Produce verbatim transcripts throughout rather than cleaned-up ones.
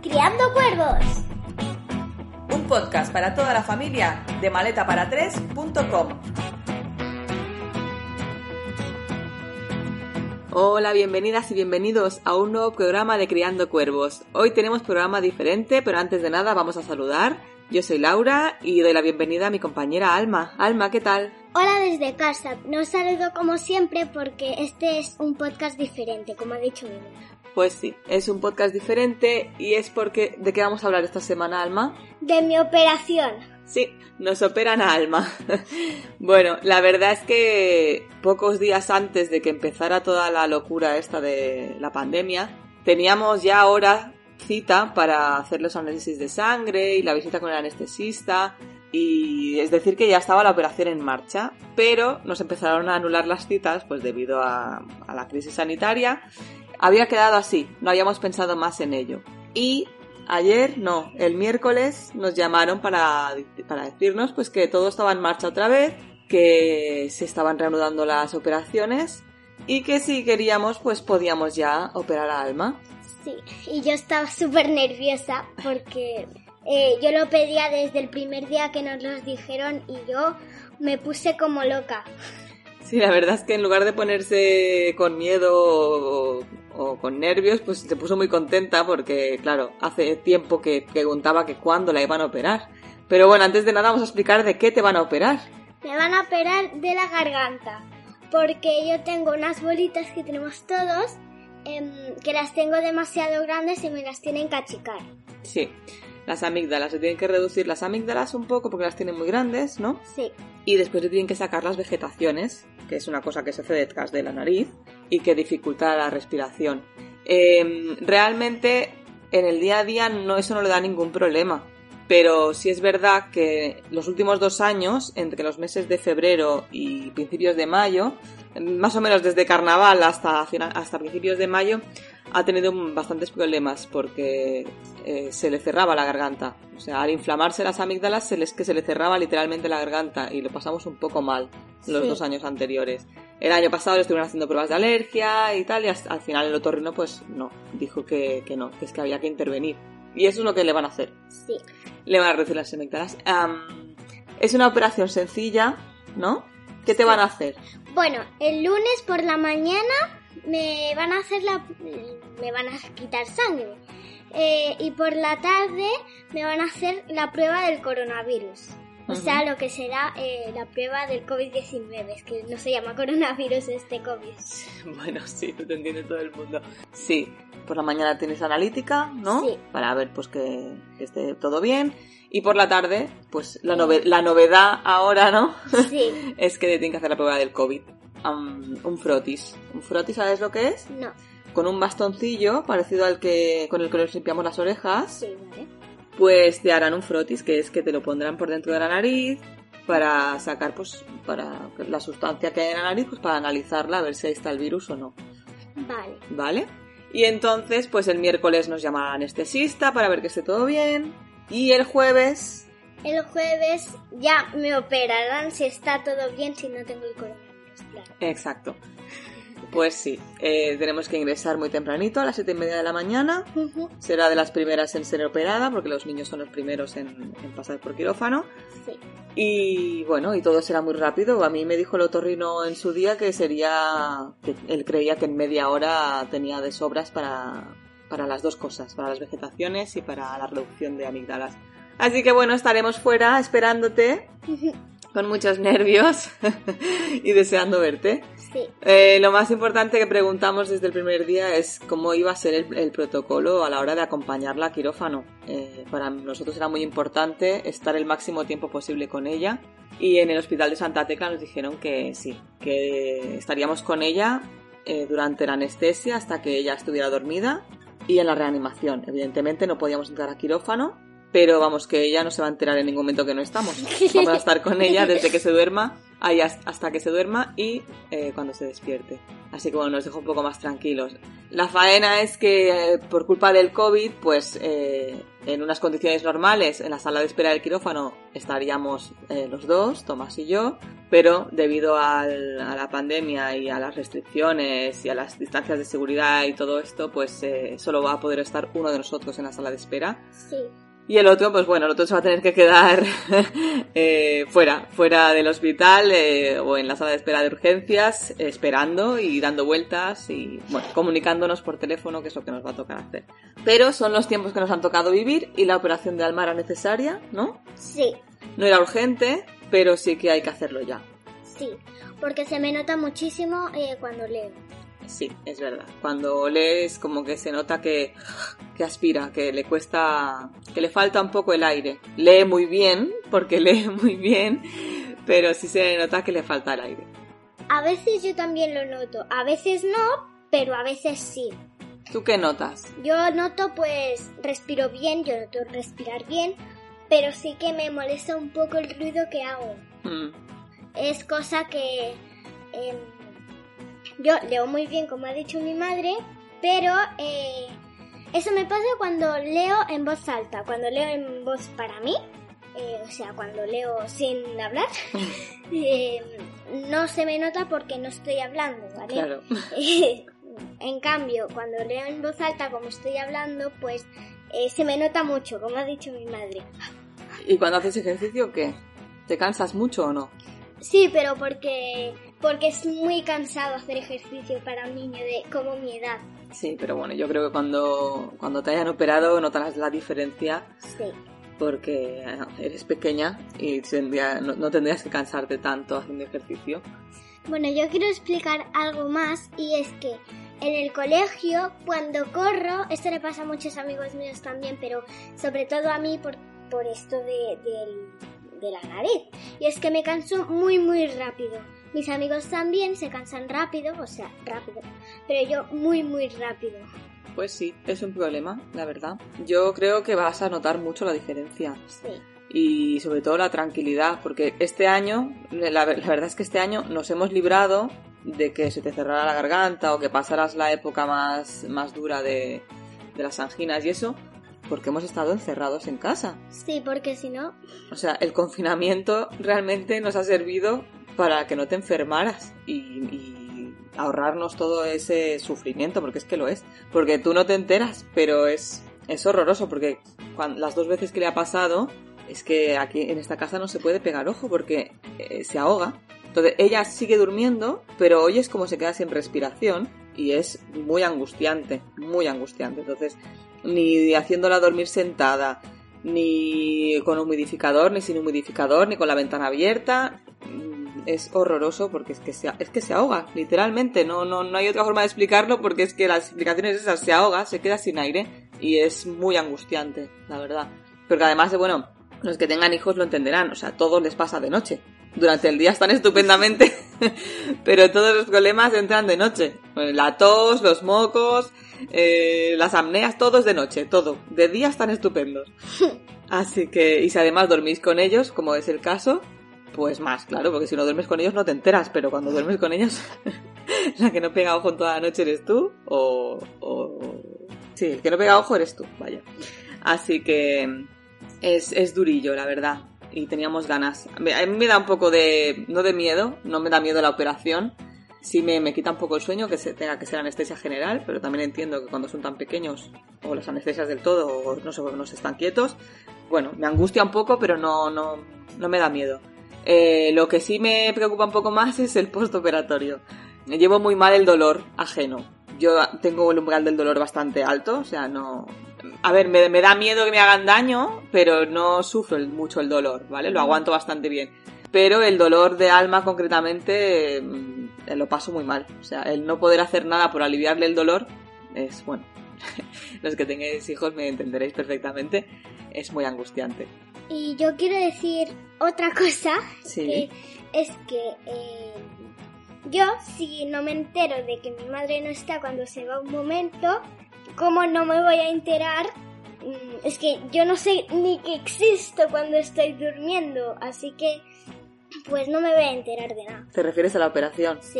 Criando Cuervos. Un podcast para toda la familia de maleta para tres punto com. Hola, bienvenidas y bienvenidos a un nuevo programa de Criando Cuervos. Hoy tenemos programa diferente, pero antes de nada vamos a saludar. Yo soy Laura y doy la bienvenida a mi compañera Alma. Alma, ¿qué tal? Hola desde casa. Nos saludo como siempre porque este es un podcast diferente, como ha dicho mi mamá. Pues sí, es un podcast diferente y es porque... ¿De qué vamos a hablar esta semana, Alma? De mi operación. Sí, nos operan a Alma. Bueno, la verdad es que pocos días antes de que empezara toda la locura esta de la pandemia, teníamos ya ahora cita para hacer los análisis de sangre y la visita con el anestesista, y es decir que ya estaba la operación en marcha, pero nos empezaron a anular las citas pues debido a, a la crisis sanitaria. Había quedado así, no habíamos pensado más en ello. Y ayer, no, el miércoles nos llamaron para, para decirnos pues que todo estaba en marcha otra vez, que se estaban reanudando las operaciones y que si queríamos pues podíamos ya operar a Alma. Sí, y yo estaba súper nerviosa porque eh, yo lo pedía desde el primer día que nos los dijeron y yo me puse como loca. Sí, la verdad es que en lugar de ponerse con miedo o, o con nervios, pues se puso muy contenta porque, claro, hace tiempo que preguntaba que cuándo la iban a operar. Pero bueno, antes de nada vamos a explicar de qué te van a operar. Me van a operar de la garganta porque yo tengo unas bolitas que tenemos todos eh, que las tengo demasiado grandes y me las tienen que achicar. Sí, las amígdalas, se tienen que reducir las amígdalas un poco porque las tienen muy grandes, ¿no? Sí. Y después se tienen que sacar las vegetaciones, que es una cosa que se hace detrás de la nariz y que dificulta la respiración. Eh, realmente en el día a día no, eso no le da ningún problema, pero sí es verdad que los últimos dos años, entre los meses de febrero y principios de mayo, más o menos desde carnaval hasta, hasta principios de mayo, ha tenido bastantes problemas porque eh, se le cerraba la garganta. O sea, al inflamarse las amígdalas se les, que se le cerraba literalmente la garganta y lo pasamos un poco mal los sí. dos años anteriores. El año pasado le estuvieron haciendo pruebas de alergia y tal, y hasta, al final el otorrino pues no, dijo que, que no, que es que había que intervenir. Y eso es lo que le van a hacer. Sí. Le van a reducir las amígdalas. Um, es una operación sencilla, ¿no? ¿Qué te sí. van a hacer? Bueno, el lunes por la mañana me van a hacer la... me van a quitar sangre. Eh, y por la tarde me van a hacer la prueba del coronavirus. O uh-huh. sea, lo que será eh, la prueba del covid diecinueve. Es que no se llama coronavirus este COVID. Bueno, sí, te entiende todo el mundo. Sí, por la mañana tienes analítica, ¿no? Sí. Para ver pues que, que esté todo bien. Y por la tarde, pues la, nove- la novedad ahora, ¿no? Sí. Es que te tienen que hacer la prueba del COVID. Um, un frotis. ¿Un frotis sabes lo que es? No. Con un bastoncillo parecido al que con el que nos limpiamos las orejas. Sí, vale. Pues te harán un frotis, que es que te lo pondrán por dentro de la nariz para sacar, pues, para la sustancia que hay en la nariz, pues para analizarla, a ver si ahí está el virus o no. Vale. ¿Vale? Y entonces, pues el miércoles nos llama el anestesista para ver que esté todo bien. Y el jueves... El jueves ya me operarán si está todo bien, si no tengo el coronavirus, claro. Exacto. Pues sí, eh, tenemos que ingresar muy tempranito, a las siete y media de la mañana. Uh-huh. Será de las primeras en ser operada, porque los niños son los primeros en, en pasar por quirófano. Sí. Y bueno, y todo será muy rápido. A mí me dijo el otorrino en su día que sería... que él creía que en media hora tenía de sobras para, para las dos cosas, para las vegetaciones y para la reducción de amígdalas. Así que bueno, estaremos fuera esperándote, uh-huh. con muchos nervios y deseando verte. Sí. Eh, lo más importante que preguntamos desde el primer día es cómo iba a ser el, el protocolo a la hora de acompañarla a quirófano. Eh, para nosotros era muy importante estar el máximo tiempo posible con ella, y en el hospital de Santa Tecla nos dijeron que sí, que estaríamos con ella eh, durante la anestesia hasta que ella estuviera dormida y en la reanimación. Evidentemente no podíamos entrar a quirófano, pero vamos, que ella no se va a enterar en ningún momento que no estamos. Vamos a estar con ella desde que se duerma, ahí hasta que se duerma y eh, cuando se despierte. Así que bueno, nos dejó un poco más tranquilos. La faena es que eh, por culpa del COVID, pues eh, en unas condiciones normales en la sala de espera del quirófano estaríamos eh, los dos, Tomás y yo, pero debido al, a la pandemia y a las restricciones y a las distancias de seguridad y todo esto, pues eh, solo va a poder estar uno de nosotros en la sala de espera. Sí. Y el otro, pues bueno, el otro se va a tener que quedar eh, fuera, fuera del hospital eh, o en la sala de espera de urgencias, eh, esperando y dando vueltas y, bueno, comunicándonos por teléfono, que es lo que nos va a tocar hacer. Pero son los tiempos que nos han tocado vivir y la operación de Alma era necesaria, ¿no? Sí. No era urgente, pero sí que hay que hacerlo ya. Sí, porque se me nota muchísimo eh, cuando leo. Sí, es verdad. Cuando lees como que se nota que, que aspira, que le cuesta, que le falta un poco el aire. Lee muy bien, porque lee muy bien, pero sí se nota que le falta el aire. A veces yo también lo noto, a veces no, pero a veces sí. ¿Tú qué notas? Yo noto pues respiro bien, yo noto respirar bien, pero sí que me molesta un poco el ruido que hago. Mm. Es cosa que... Eh, yo leo muy bien, como ha dicho mi madre, pero eh, eso me pasa cuando leo en voz alta, cuando leo en voz para mí, eh, o sea, cuando leo sin hablar, eh, no se me nota porque no estoy hablando, ¿vale? Claro. Eh, en cambio, cuando leo en voz alta como estoy hablando, pues eh, se me nota mucho, como ha dicho mi madre. ¿Y cuando haces ejercicio qué? ¿Te cansas mucho o no? Sí, pero porque... porque es muy cansado hacer ejercicio para un niño de como mi edad. Sí, pero bueno, yo creo que cuando, cuando te hayan operado notarás la diferencia. Sí. Porque eres pequeña y tendría, no, no tendrías que cansarte tanto haciendo ejercicio. Bueno, yo quiero explicar algo más y es que en el colegio, cuando corro, esto le pasa a muchos amigos míos también, pero sobre todo a mí por, por esto de, de, de la nariz. Y es que me canso muy, muy rápido. Mis amigos también se cansan rápido, o sea, rápido, pero yo muy, muy rápido. Pues sí, es un problema, la verdad. Yo creo que vas a notar mucho la diferencia. Sí. Y sobre todo la tranquilidad, porque este año, la, la verdad es que este año nos hemos librado de que se te cerrara la garganta o que pasaras la época más, más dura de, de las anginas y eso, porque hemos estado encerrados en casa. Sí, porque si no... O sea, el confinamiento realmente nos ha servido para que no te enfermaras y, y ahorrarnos todo ese sufrimiento, porque es que lo es. Porque tú no te enteras, pero es, es horroroso, porque cuando, las dos veces que le ha pasado, es que aquí en esta casa no se puede pegar ojo, porque eh, se ahoga. Entonces ella sigue durmiendo, pero oyes como se queda sin respiración y es muy angustiante, muy angustiante. Entonces, ni haciéndola dormir sentada, ni con humidificador, ni sin humidificador, ni con la ventana abierta... Es horroroso porque es que se, es que se ahoga, literalmente. No, no, no hay otra forma de explicarlo porque es que las explicaciones esas, se ahoga, se queda sin aire y es muy angustiante, la verdad. Porque además, bueno, los que tengan hijos lo entenderán. O sea, todo les pasa de noche. Durante el día están estupendamente, pero todos los problemas entran de noche. La tos, los mocos, eh, las apneas, todo es de noche, todo. De día están estupendos. Así que, y si además dormís con ellos, como es el caso... Pues más, claro, porque si no duermes con ellos no te enteras, pero cuando duermes con ellos, la que no pega ojo en toda la noche eres tú, o, o... Sí, el que no pega ojo eres tú, vaya. Así que es, es durillo, la verdad, y teníamos ganas. A mí me da un poco de... no de miedo, no me da miedo la operación, sí me, me quita un poco el sueño que se tenga que ser anestesia general, pero también entiendo que cuando son tan pequeños, o las anestesias del todo, o no sé, no se están quietos, bueno, me angustia un poco, pero no, no, no me da miedo. Eh, lo que sí me preocupa un poco más es el postoperatorio. Me llevo muy mal el dolor ajeno. Yo tengo el umbral del dolor bastante alto, o sea, no... A ver, me, me da miedo que me hagan daño, pero no sufro el, mucho el dolor, ¿vale? Lo aguanto bastante bien. Pero el dolor de Alma, concretamente, eh, lo paso muy mal. O sea, el no poder hacer nada por aliviarle el dolor es, bueno... Los que tengáis hijos me entenderéis perfectamente. Es muy angustiante. Y yo quiero decir otra cosa, sí. que es que eh, yo, si no me entero de que mi madre no está cuando se va un momento, ¿cómo no me voy a enterar? Es que yo no sé ni que existo cuando estoy durmiendo, así que pues no me voy a enterar de nada. ¿Te refieres a la operación? Sí.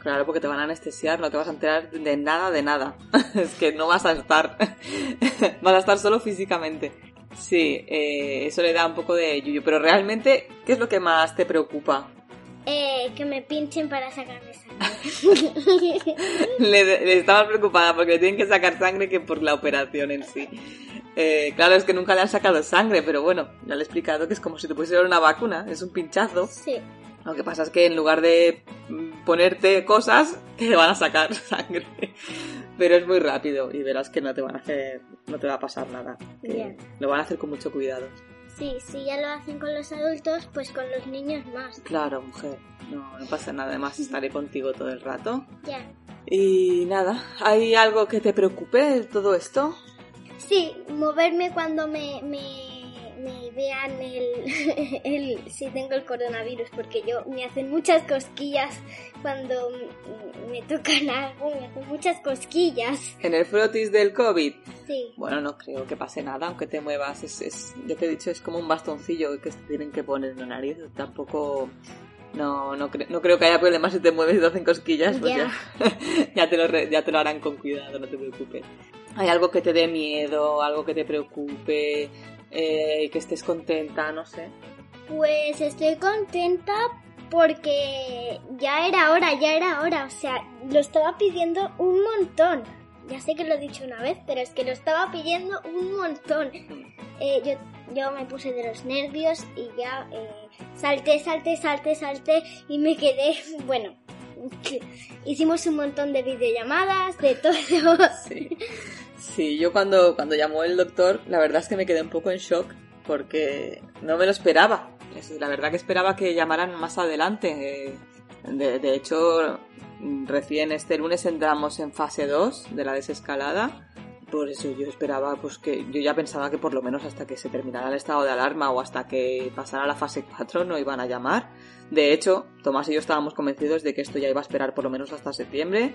Claro, porque te van a anestesiar, no te vas a enterar de nada, de nada. Es que no vas a estar. Vas a estar solo físicamente. Sí, eh, eso le da un poco de yuyu. Pero realmente, ¿qué es lo que más te preocupa? Eh, que me pinchen para sacarme sangre. le, le estaba preocupada porque le tienen que sacar sangre que por la operación en sí. Eh, claro, es que nunca le han sacado sangre, pero bueno, ya le he explicado que es como si te pusieran una vacuna, es un pinchazo. Sí. Lo que pasa es que en lugar de ponerte cosas, te van a sacar sangre. Pero es muy rápido y verás que no te van a hacer, no te va a pasar nada. Yeah. Lo van a hacer con mucho cuidado. Sí, si ya lo hacen con los adultos, pues con los niños más. Claro, mujer. No, no pasa nada. Además, estaré contigo todo el rato. Ya. Yeah. Y nada, ¿hay algo que te preocupe de todo esto? Sí, moverme cuando me... me... me vean el, el si tengo el coronavirus, porque yo me hacen muchas cosquillas cuando me tocan algo, me hacen muchas cosquillas. ¿En el frotis del COVID? Sí. Bueno, no creo que pase nada, aunque te muevas. Es, es, yo te he dicho, es como un bastoncillo que te tienen que poner en la nariz. Tampoco... No, no, cre- no creo que haya problemas si te mueves y te hacen cosquillas, pues ya, ya, ya, te lo re- ya te lo harán con cuidado, no te preocupes. ¿Hay algo que te dé miedo, algo que te preocupe, eh, que estés contenta, no sé? Pues estoy contenta porque ya era hora, ya era hora, o sea, lo estaba pidiendo un montón. Ya sé que lo he dicho una vez, pero es que lo estaba pidiendo un montón. Eh, yo, yo me puse de los nervios y ya eh, salté, salté, salté, salté y me quedé, bueno, hicimos un montón de videollamadas, de todo. Sí, sí, yo cuando, cuando llamó el doctor, la verdad es que me quedé un poco en shock porque no me lo esperaba. La verdad que esperaba que llamaran más adelante. De, de hecho, recién este lunes entramos en fase dos de la desescalada. Por eso yo esperaba, pues que yo ya pensaba que por lo menos hasta que se terminara el estado de alarma o hasta que pasara la fase cuatro no iban a llamar. De hecho, Tomás y yo estábamos convencidos de que esto ya iba a esperar por lo menos hasta septiembre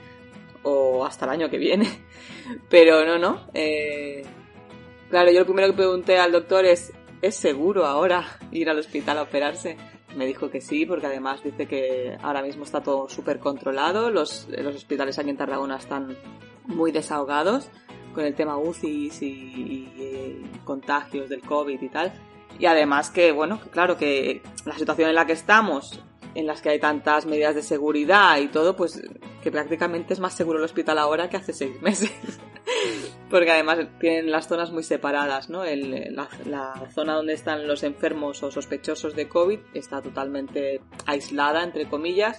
o hasta el año que viene. Pero no, no. Eh... Claro, yo lo primero que pregunté al doctor es, ¿es seguro ahora ir al hospital a operarse? Me dijo que sí, porque además dice que ahora mismo está todo súper controlado. Los, los hospitales aquí en Tarragona están muy desahogados con el tema U C Is y, y, y contagios del COVID y tal. Y además que, bueno, que claro, que la situación en la que estamos, en las que hay tantas medidas de seguridad y todo, pues que prácticamente es más seguro el hospital ahora que hace seis meses. Porque además tienen las zonas muy separadas, ¿no? El, la, la zona donde están los enfermos o sospechosos de COVID está totalmente aislada, entre comillas,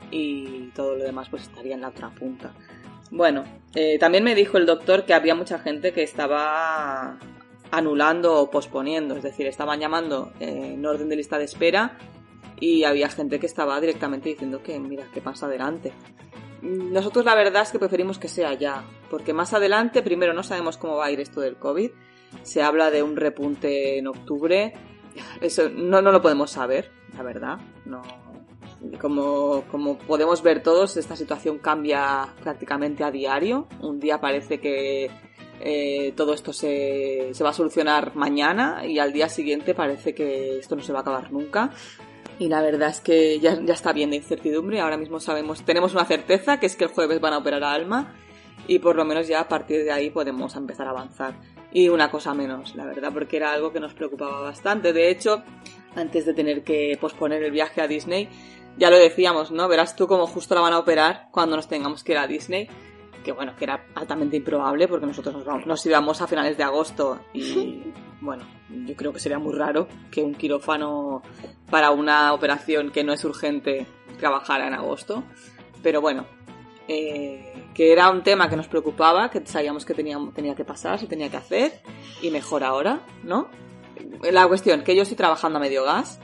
y todo lo demás pues estaría en la otra punta. Bueno, eh, también me dijo el doctor que había mucha gente que estaba anulando o posponiendo, es decir, estaban llamando eh, en orden de lista de espera y había gente que estaba directamente diciendo que mira, que pasa adelante. Nosotros la verdad es que preferimos que sea ya, porque más adelante, primero no sabemos cómo va a ir esto del COVID, se habla de un repunte en octubre, eso no, no lo podemos saber, la verdad, no. Como, como podemos ver todos, esta situación cambia prácticamente a diario. Un día parece que eh, todo esto se, se va a solucionar mañana y al día siguiente parece que esto no se va a acabar nunca. Y la verdad es que ya, ya está bien de incertidumbre. Ahora mismo sabemos, tenemos una certeza, que es que el jueves van a operar a Alma y por lo menos ya a partir de ahí podemos empezar a avanzar. Y una cosa menos, la verdad, porque era algo que nos preocupaba bastante. De hecho, antes de tener que posponer el viaje a Disney, ya lo decíamos, ¿no? Verás tú cómo justo la van a operar cuando nos tengamos que ir a Disney. Que bueno, que era altamente improbable porque nosotros nos, vamos, nos íbamos a finales de agosto y bueno, yo creo que sería muy raro que un quirófano para una operación que no es urgente trabajara en agosto. Pero bueno, eh, que era un tema que nos preocupaba, que sabíamos que tenía, tenía que pasar, se tenía que hacer y mejor ahora, ¿no? La cuestión, que yo estoy trabajando a medio gas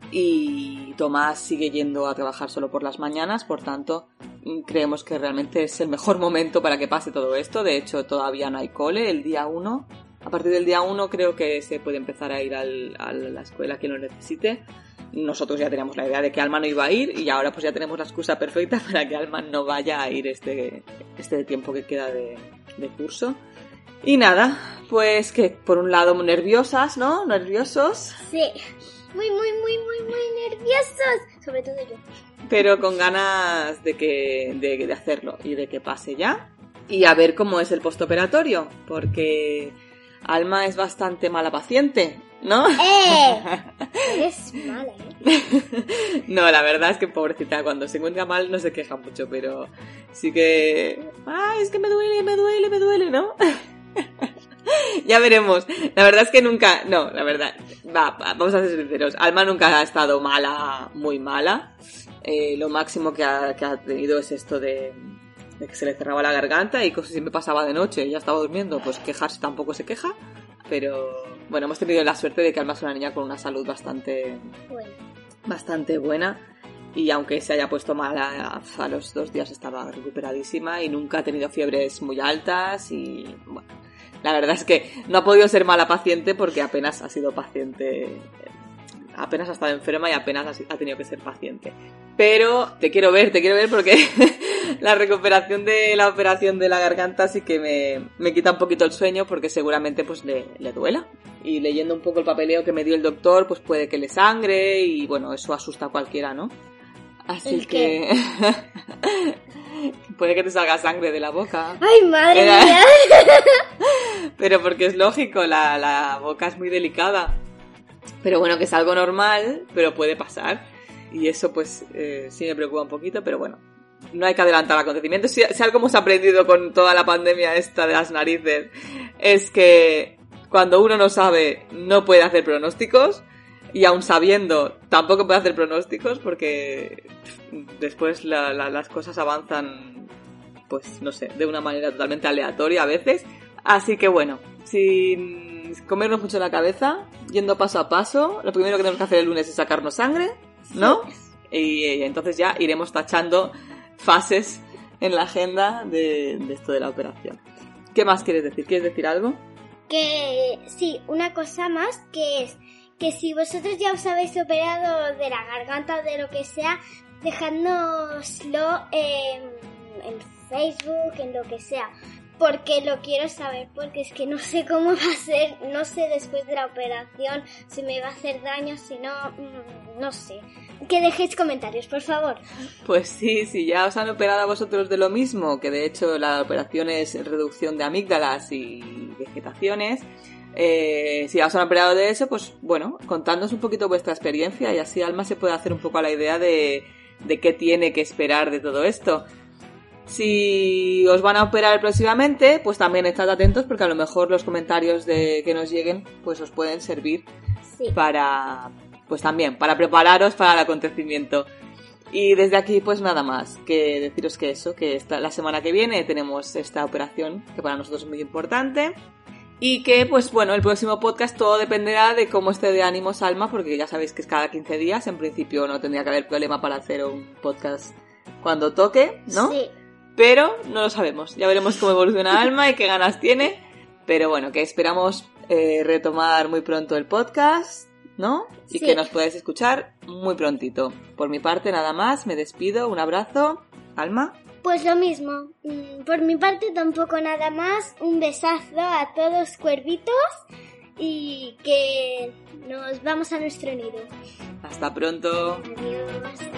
y Tomás sigue yendo a trabajar solo por las mañanas, por tanto creemos que realmente es el mejor momento para que pase todo esto. De hecho, todavía no hay cole el día uno. A partir del día uno creo que se puede empezar a ir al, a la escuela quien lo necesite. Nosotros ya teníamos la idea de que Alma no iba a ir y ahora pues ya tenemos la excusa perfecta para que Alma no vaya a ir este, este tiempo que queda de, de curso. Y nada, pues que por un lado muy nerviosas, ¿no? ¿Nerviosos? Sí, muy, muy, muy, muy, muy nerviosos. Sobre todo yo. pero con ganas de, que, de, de hacerlo y de que pase ya. Y a ver cómo es el postoperatorio, porque Alma es bastante mala paciente, ¿no? ¡Eh! Eres mala, ¿eh? No, la verdad es que pobrecita, cuando se encuentra mal no se queja mucho, pero sí que... ¡Ay, es que me duele, me duele, me duele!, ¿no? Ya veremos. La verdad es que nunca... No, la verdad... Va, va, vamos a ser sinceros. Alma nunca ha estado mala, muy mala. Eh, lo máximo que ha, que ha tenido es esto de... de que se le cerraba la garganta y cosas siempre pasaba de noche y ya estaba durmiendo, pues quejarse tampoco se queja, pero bueno, hemos tenido la suerte de que Alma es una niña con una salud bastante Bueno. bastante buena y aunque se haya puesto mala a los dos días estaba recuperadísima y nunca ha tenido fiebres muy altas y bueno, la verdad es que no ha podido ser mala paciente porque apenas ha sido paciente, apenas ha estado enferma y apenas ha tenido que ser paciente. Pero te quiero ver, te quiero ver porque la recuperación de la operación de la garganta sí que me, me quita un poquito el sueño porque seguramente pues le, le duela. Y leyendo un poco el papeleo que me dio el doctor, pues puede que le sangre y bueno, eso asusta a cualquiera, ¿no? Así ¿El que... puede que te salga sangre de la boca. ¡Ay, madre Era... mía! Pero porque es lógico, la, la boca es muy delicada. Pero bueno, que es algo normal, pero puede pasar. Y eso pues eh, sí me preocupa un poquito, pero bueno, no hay que adelantar acontecimientos. Si, si algo hemos aprendido con toda la pandemia esta de las narices es que cuando uno no sabe no puede hacer pronósticos y aun sabiendo tampoco puede hacer pronósticos porque después la, la, las cosas avanzan pues no sé, de una manera totalmente aleatoria a veces. Así que bueno, sin comernos mucho la cabeza, yendo paso a paso, lo primero que tenemos que hacer el lunes es sacarnos sangre, ¿no? Sí. Y, y entonces ya iremos tachando fases en la agenda de, de esto de la operación. ¿Qué más quieres decir? ¿Quieres decir algo? Que sí, una cosa más, que es que si vosotros ya os habéis operado de la garganta o de lo que sea, dejadnoslo en, en Facebook, en lo que sea. Porque lo quiero saber, porque es que no sé cómo va a ser, no sé después de la operación si me va a hacer daño, si no, no sé. Que dejéis comentarios, por favor. Pues sí, si ya os han operado a vosotros de lo mismo, que de hecho la operación es reducción de amígdalas y vegetaciones, eh, si ya os han operado de eso, pues bueno, contadnos un poquito vuestra experiencia y así Alma se puede hacer un poco a la idea de, de qué tiene que esperar de todo esto. Si os van a operar próximamente, pues también estad atentos porque a lo mejor los comentarios de que nos lleguen pues os pueden servir sí. para, pues también, para prepararos para el acontecimiento. Y desde aquí pues nada más, que deciros que eso, que esta, la semana que viene tenemos esta operación que para nosotros es muy importante y que pues bueno, el próximo podcast todo dependerá de cómo esté de ánimos Alma porque ya sabéis que es cada quince días, en principio no tendría que haber problema para hacer un podcast cuando toque, ¿no? Sí. Pero no lo sabemos, ya veremos cómo evoluciona Alma y qué ganas tiene, pero bueno, que esperamos eh, retomar muy pronto el podcast, ¿no? Y sí. Que nos podáis escuchar muy prontito. Por mi parte nada más, me despido, un abrazo, Alma. Pues lo mismo, por mi parte tampoco nada más, un besazo a todos cuervitos y que nos vamos a nuestro nido. Hasta pronto. Adiós.